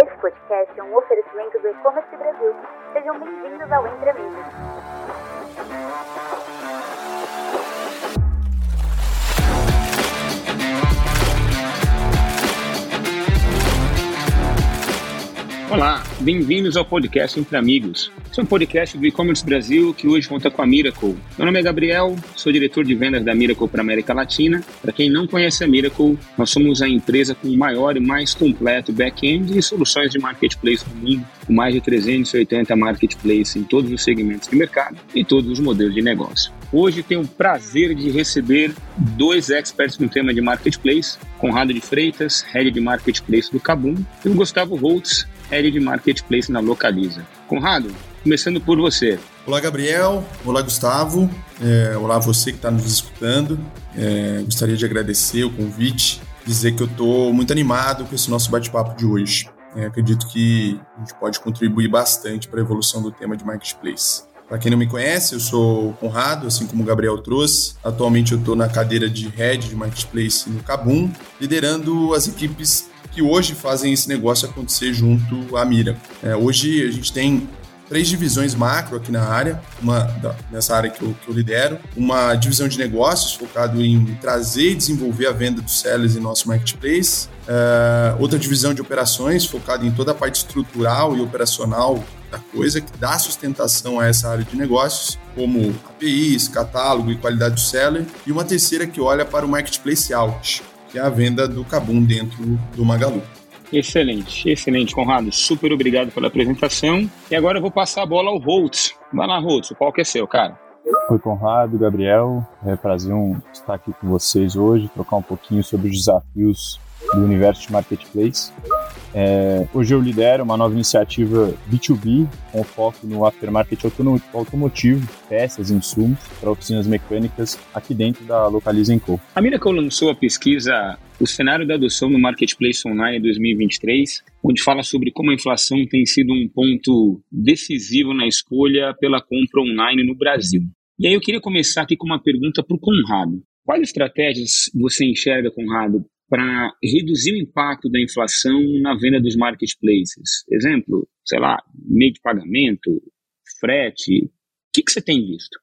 Esse podcast é um oferecimento do E-Commerce Brasil. Sejam bem-vindos ao Entre Amigos. Olá, bem-vindos ao podcast Entre Amigos. Esse é um podcast do E-Commerce Brasil que hoje conta com a Miracle. Meu nome é Gabriel, sou diretor de vendas da Miracle para a América Latina. Para quem não conhece a Miracle, nós somos a empresa com o maior e mais completo back-end e soluções de marketplace do mundo, com mais de 380 marketplaces em todos os segmentos de mercado e todos os modelos de negócio. Hoje tenho o prazer de receber dois experts no tema de marketplace, Conrado de Freitas, Head de Marketplace do Kabum, e o Gustavo Holtz, Head de Marketplace na Localiza. Conrado, começando por você. Olá, Gabriel. Olá, Gustavo. Olá, você que está nos escutando. Gostaria de agradecer o convite, dizer que eu estou muito animado com esse nosso bate-papo de hoje. Acredito que a gente pode contribuir bastante para a evolução do tema de Marketplace. Para quem não me conhece, eu sou o Conrado, assim como o Gabriel trouxe. Atualmente eu estou na cadeira de Head de Marketplace no Kabum, liderando as equipes que hoje fazem esse negócio acontecer junto à Mira. Hoje a gente tem 3 divisões macro aqui na área, nessa área que eu lidero, uma divisão de negócios focado em trazer e desenvolver a venda dos sellers em nosso marketplace, outra divisão de operações focada em toda a parte estrutural e operacional da coisa, que dá sustentação a essa área de negócios, como APIs, catálogo e qualidade do seller, e uma terceira que olha para o marketplace out, que é a venda do Kabum dentro do Magalu. Excelente, Conrado. Super obrigado pela apresentação. E agora eu vou passar a bola ao Holtz. Vai lá, Holtz, o palco é seu, cara. Oi, Conrado, Gabriel. É prazer estar aqui com vocês hoje, trocar um pouquinho sobre os desafios do universo de Marketplace. Hoje eu lidero uma nova iniciativa B2B com foco no aftermarket automotivo, peças e insumos para oficinas mecânicas aqui dentro da Localiza &Co. A Miracle lançou a pesquisa O Cenário da Adoção no Marketplace Online 2023, onde fala sobre como a inflação tem sido um ponto decisivo na escolha pela compra online no Brasil. E aí eu queria começar aqui com uma pergunta para o Conrado. Quais estratégias você enxerga, Conrado, para reduzir o impacto da inflação na venda dos marketplaces? Exemplo, meio de pagamento, frete. O que você tem visto?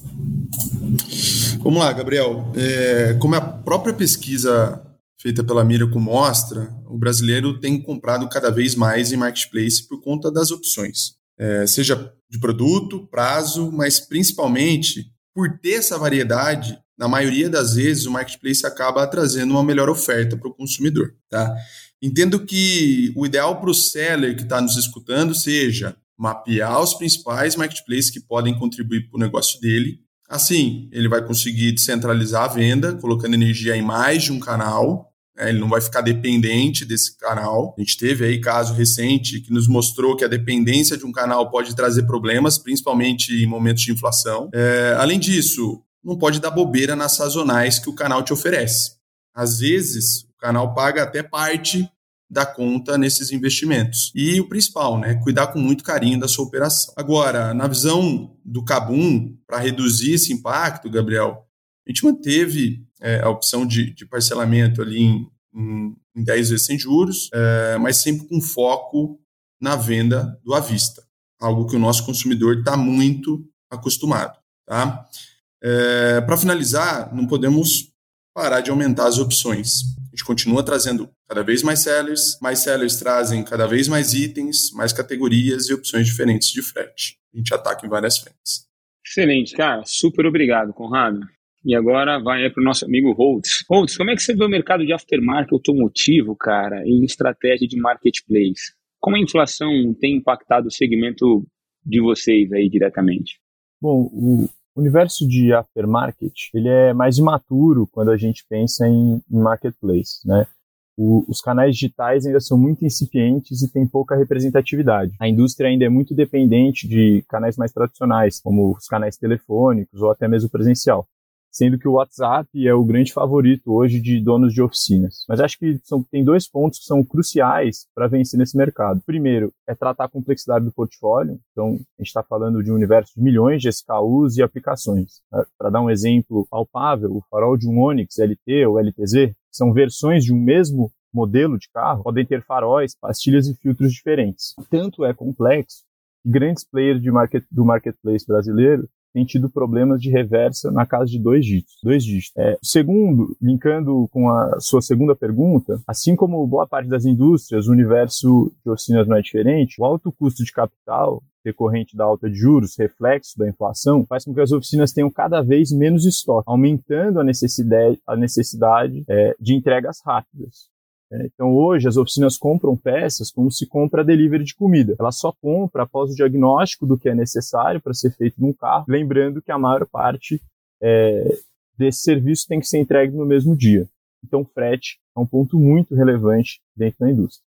Vamos lá, Gabriel. Como a própria pesquisa feita pela Miracle mostra, o brasileiro tem comprado cada vez mais em marketplace por conta das opções. Seja de produto, prazo, mas principalmente por ter essa variedade. Na maioria das vezes, o marketplace acaba trazendo uma melhor oferta para o consumidor. Tá? Entendo que o ideal para o seller que está nos escutando seja mapear os principais marketplaces que podem contribuir para o negócio dele. Assim, ele vai conseguir descentralizar a venda, colocando energia em mais de um canal. Ele não vai ficar dependente desse canal. A gente teve aí caso recente que nos mostrou que a dependência de um canal pode trazer problemas, principalmente em momentos de inflação. Além disso, não pode dar bobeira nas sazonais que o canal te oferece. Às vezes, o canal paga até parte da conta nesses investimentos. E o principal, cuidar com muito carinho da sua operação. Agora, na visão do Kabum, para reduzir esse impacto, Gabriel, a gente manteve a opção de parcelamento ali em 10 vezes sem juros, mas sempre com foco na venda do à vista, algo que o nosso consumidor está muito acostumado. Tá? Para finalizar, não podemos parar de aumentar as opções. A gente continua trazendo cada vez mais sellers trazem cada vez mais itens, mais categorias e opções diferentes de frete. A gente ataca em várias frentes. Excelente, cara. Super obrigado, Conrado. E agora vai para o nosso amigo Holtz. Holtz, como é que você vê o mercado de aftermarket automotivo, cara, em estratégia de marketplace? Como a inflação tem impactado o segmento de vocês aí diretamente? Bom, o universo de aftermarket, ele é mais imaturo quando a gente pensa em marketplace, né? Os canais digitais ainda são muito incipientes e têm pouca representatividade. A indústria ainda é muito dependente de canais mais tradicionais, como os canais telefônicos ou até mesmo presencial, sendo que o WhatsApp é o grande favorito hoje de donos de oficinas. Mas acho que tem 2 pontos que são cruciais para vencer nesse mercado. Primeiro, é tratar a complexidade do portfólio. Então, a gente está falando de um universo de milhões de SKUs e aplicações. Para dar um exemplo palpável, o farol de um Onix LT ou LTZ são versões de um mesmo modelo de carro podem ter faróis, pastilhas e filtros diferentes. Tanto é complexo que grandes players do marketplace brasileiro têm tido problemas de reversa na casa de 2 dígitos. Segundo, linkando com a sua segunda pergunta, assim como boa parte das indústrias, o universo de oficinas não é diferente, o alto custo de capital decorrente da alta de juros, reflexo da inflação, faz com que as oficinas tenham cada vez menos estoque, aumentando a necessidade de entregas rápidas. Então, hoje, as oficinas compram peças como se compra delivery de comida. Ela só compra após o diagnóstico do que é necessário para ser feito num carro, lembrando que a maior parte desse serviço tem que ser entregue no mesmo dia. Então, frete é um ponto muito relevante dentro da indústria.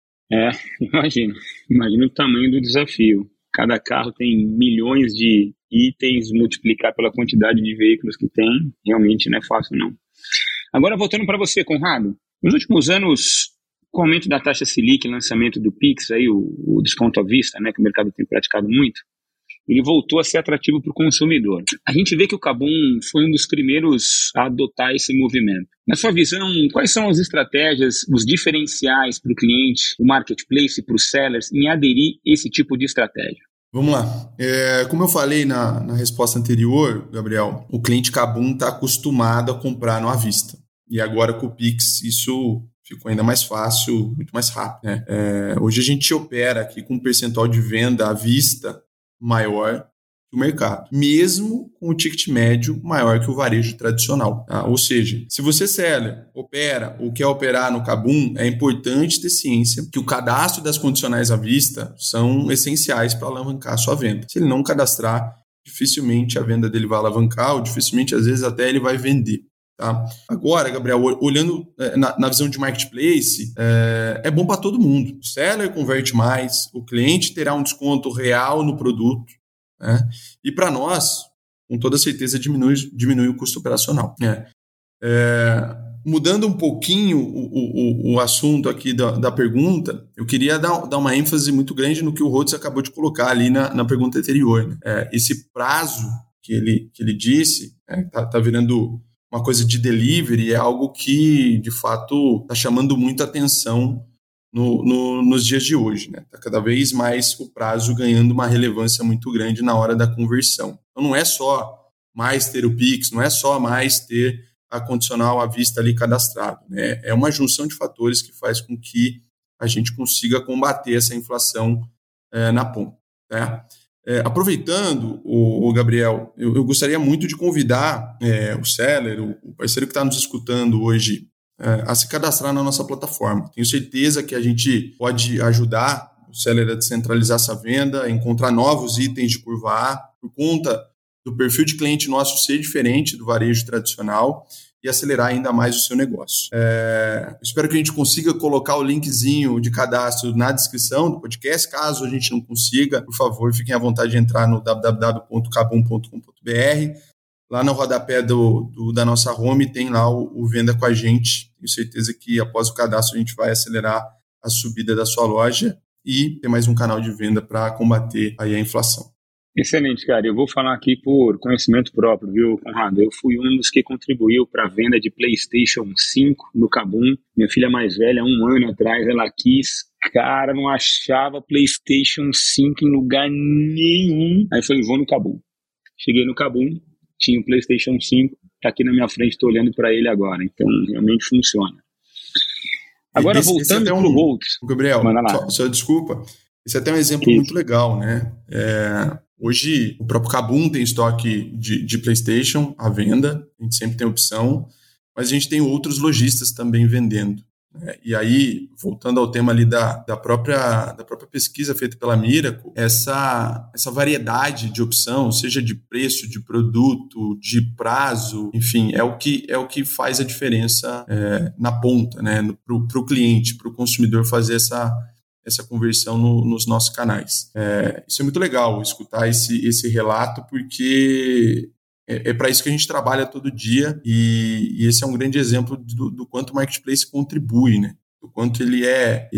Imagina o tamanho do desafio. Cada carro tem milhões de itens, multiplicar pela quantidade de veículos que tem, realmente não é fácil, não. Agora, voltando para você, Conrado, nos últimos anos, com o aumento da taxa Selic, lançamento do Pix, aí, o desconto à vista, né, que o mercado tem praticado muito, ele voltou a ser atrativo para o consumidor. A gente vê que o KaBuM foi um dos primeiros a adotar esse movimento. Na sua visão, quais são as estratégias, os diferenciais para o cliente, o marketplace, para os sellers, em aderir a esse tipo de estratégia? Vamos lá. Como eu falei na resposta anterior, Gabriel, o cliente KaBuM está acostumado a comprar no à vista. E agora com o Pix isso ficou ainda mais fácil, muito mais rápido, né? Hoje a gente opera aqui com um percentual de venda à vista maior que o mercado, mesmo com o ticket médio maior que o varejo tradicional. Tá? Ou seja, se você seller, opera ou quer operar no KaBuM, é importante ter ciência que o cadastro das condicionais à vista são essenciais para alavancar a sua venda. Se ele não cadastrar, dificilmente a venda dele vai alavancar ou dificilmente, às vezes, até ele vai vender. Tá? Agora, Gabriel, olhando na visão de marketplace, é bom para todo mundo. O seller converte mais, o cliente terá um desconto real no produto, né? E para nós, com toda certeza, diminui o custo operacional. Mudando um pouquinho o assunto aqui da pergunta, eu queria dar uma ênfase muito grande no que o Rhodes acabou de colocar ali na pergunta anterior. Né? Esse prazo que ele disse tá virando uma coisa de delivery, é algo que, de fato, está chamando muita atenção nos dias de hoje. Né? Está cada vez mais o prazo ganhando uma relevância muito grande na hora da conversão. Então, não é só mais ter o Pix, não é só mais ter a condicional à vista ali cadastrado. Né? É uma junção de fatores que faz com que a gente consiga combater essa inflação na ponta. Né? Aproveitando, o Gabriel, eu gostaria muito de convidar o seller, o parceiro que está nos escutando hoje, a se cadastrar na nossa plataforma. Tenho certeza que a gente pode ajudar o seller a descentralizar essa venda, a encontrar novos itens de curva A, por conta do perfil de cliente nosso ser diferente do varejo tradicional e acelerar ainda mais o seu negócio. Espero que a gente consiga colocar o linkzinho de cadastro na descrição do podcast. Caso a gente não consiga, por favor, fiquem à vontade de entrar no www.kabum.com.br. Lá no rodapé da nossa home tem lá o Venda com a gente. Tenho certeza que após o cadastro a gente vai acelerar a subida da sua loja e ter mais um canal de venda para combater aí a inflação. Excelente, cara. Eu vou falar aqui por conhecimento próprio, viu, Conrado? Eu fui um dos que contribuiu para a venda de PlayStation 5 no KaBuM. Minha filha mais velha, 1 ano atrás, ela quis. Cara, não achava PlayStation 5 em lugar nenhum. Aí eu falei, vou no KaBuM. Cheguei no KaBuM, tinha o PlayStation 5, tá aqui na minha frente, estou olhando para ele agora. Então, realmente funciona. Agora, voltando para o Rhodes. Gabriel, só desculpa. Esse é até um exemplo muito legal, né? Hoje, o próprio KaBuM tem estoque de PlayStation à venda, a gente sempre tem opção, mas a gente tem outros lojistas também vendendo. Né? E aí, voltando ao tema ali da própria pesquisa feita pela Miracle, essa variedade de opção, seja de preço, de produto, de prazo, enfim, é o que faz a diferença na ponta, né? Para o cliente, para o consumidor fazer essa conversão nos nossos canais. Isso é muito legal, escutar esse relato, porque é para isso que a gente trabalha todo dia e esse é um grande exemplo do quanto o Marketplace contribui, né? Do quanto ele é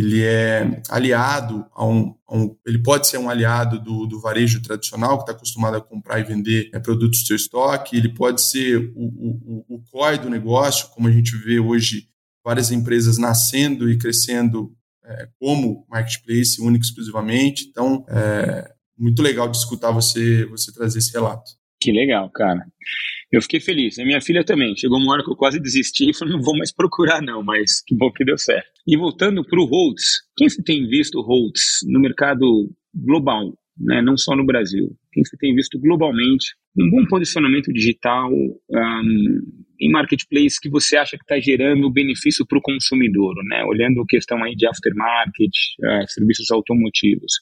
aliado ele pode ser um aliado do varejo tradicional, que está acostumado a comprar e vender produtos do seu estoque, ele pode ser o core do negócio, como a gente vê hoje várias empresas nascendo e crescendo como marketplace, único exclusivamente. Então, muito legal de escutar você trazer esse relato. Que legal, cara. Eu fiquei feliz. A minha filha também. Chegou uma hora que eu quase desisti e falei, não vou mais procurar não, mas que bom que deu certo. E voltando para o Holtz, quem você tem visto o Holtz no mercado global, né? Não só no Brasil? Quem você tem visto globalmente um bom posicionamento digital em marketplace que você acha que está gerando benefício para o consumidor, né? Olhando a questão aí de aftermarket, serviços automotivos.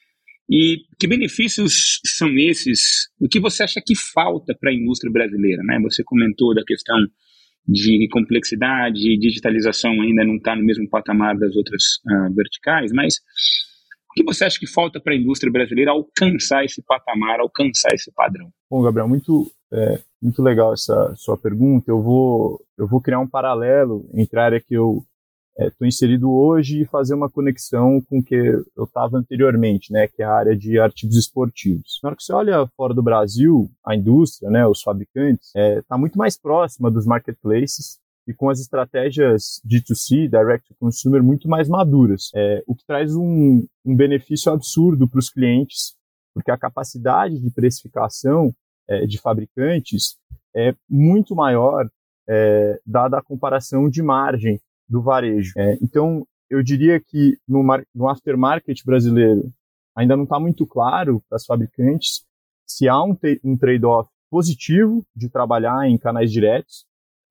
E que benefícios são esses? O que você acha que falta para a indústria brasileira, né? Você comentou da questão de complexidade, digitalização ainda não está no mesmo patamar das outras verticais, mas o que você acha que falta para a indústria brasileira alcançar esse patamar, alcançar esse padrão? Bom, Gabriel, muito legal essa sua pergunta. Eu vou criar um paralelo entre a área que eu estou inserido hoje e fazer uma conexão com o que eu estava anteriormente, né, que é a área de artigos esportivos. Na hora que você olha fora do Brasil, a indústria, né, os fabricantes, está muito mais próxima dos marketplaces e com as estratégias D2C, Direct to Consumer, muito mais maduras, o que traz um benefício absurdo para os clientes, porque a capacidade de precificação de fabricantes é muito maior, dada a comparação de margem do varejo. Então, eu diria que no aftermarket brasileiro ainda não está muito claro para os fabricantes se há um trade-off positivo de trabalhar em canais diretos,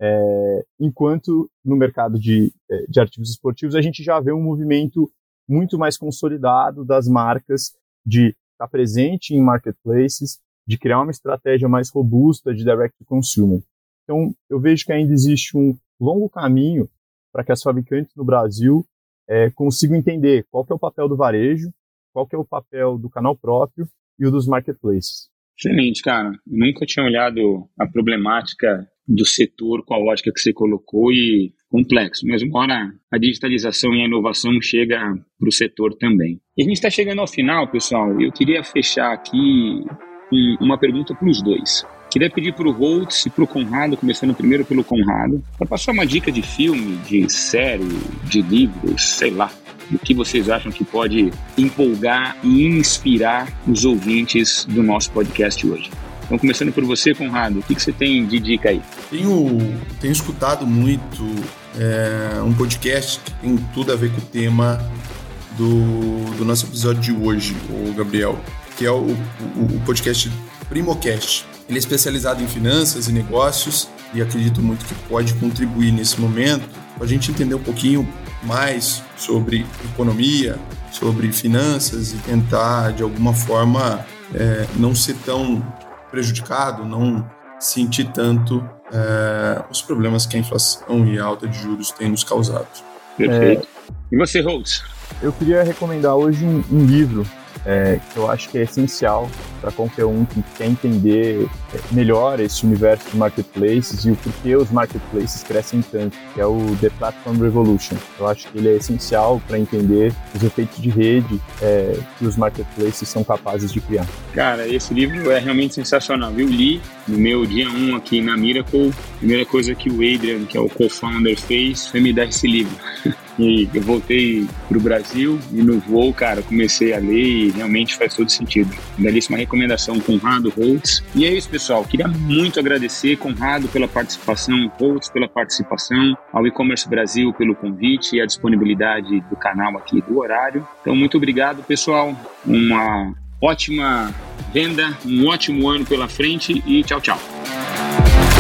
enquanto no mercado de artigos esportivos a gente já vê um movimento muito mais consolidado das marcas de estar presente em marketplaces, de criar uma estratégia mais robusta de direct to consumer. Então, eu vejo que ainda existe um longo caminho para que as fabricantes no Brasil consigam entender qual que é o papel do varejo, qual que é o papel do canal próprio e o dos marketplaces. Excelente, cara. Eu nunca tinha olhado a problemática do setor com a ótica que você colocou e complexo. Mas uma hora a digitalização e a inovação chega para o setor também. E a gente está chegando ao final, pessoal. Eu queria fechar aqui com uma pergunta para os dois. Queria pedir para o Holtz e para o Conrado, começando primeiro pelo Conrado, para passar uma dica de filme, de série, de livros, sei lá, o que vocês acham que pode empolgar e inspirar os ouvintes do nosso podcast hoje. Então, começando por você, Conrado, o que você tem de dica aí? Tenho escutado muito um podcast que tem tudo a ver com o tema do nosso episódio de hoje, o Gabriel, que é o podcast Primocast. Ele é especializado em finanças e negócios e acredito muito que pode contribuir nesse momento para a gente entender um pouquinho mais sobre economia, sobre finanças e tentar, de alguma forma, não ser tão prejudicado, não sentir tanto os problemas que a inflação e a alta de juros têm nos causado. Perfeito. E você, Holtz? Eu queria recomendar hoje um livro que eu acho que é essencial para qualquer um que quer entender melhor esse universo de marketplaces e o porquê os marketplaces crescem tanto, que é o The Platform Revolution. Eu acho que ele é essencial para entender os efeitos de rede que os marketplaces são capazes de criar. Cara, esse livro é realmente sensacional. Eu li no meu dia 1 aqui na Miracle. A primeira coisa que o Adrian, que é o co-founder, fez foi me dar esse livro. E eu voltei pro Brasil e no voo, cara, comecei a ler e realmente faz todo sentido. Belíssima recomendação, Conrado, Holtz. E é isso, pessoal. Queria muito agradecer, Conrado, pela participação, Holtz pela participação, ao E-Commerce Brasil pelo convite e a disponibilidade do canal aqui, do horário. Então, muito obrigado, pessoal. Uma ótima venda, um ótimo ano pela frente e tchau, tchau.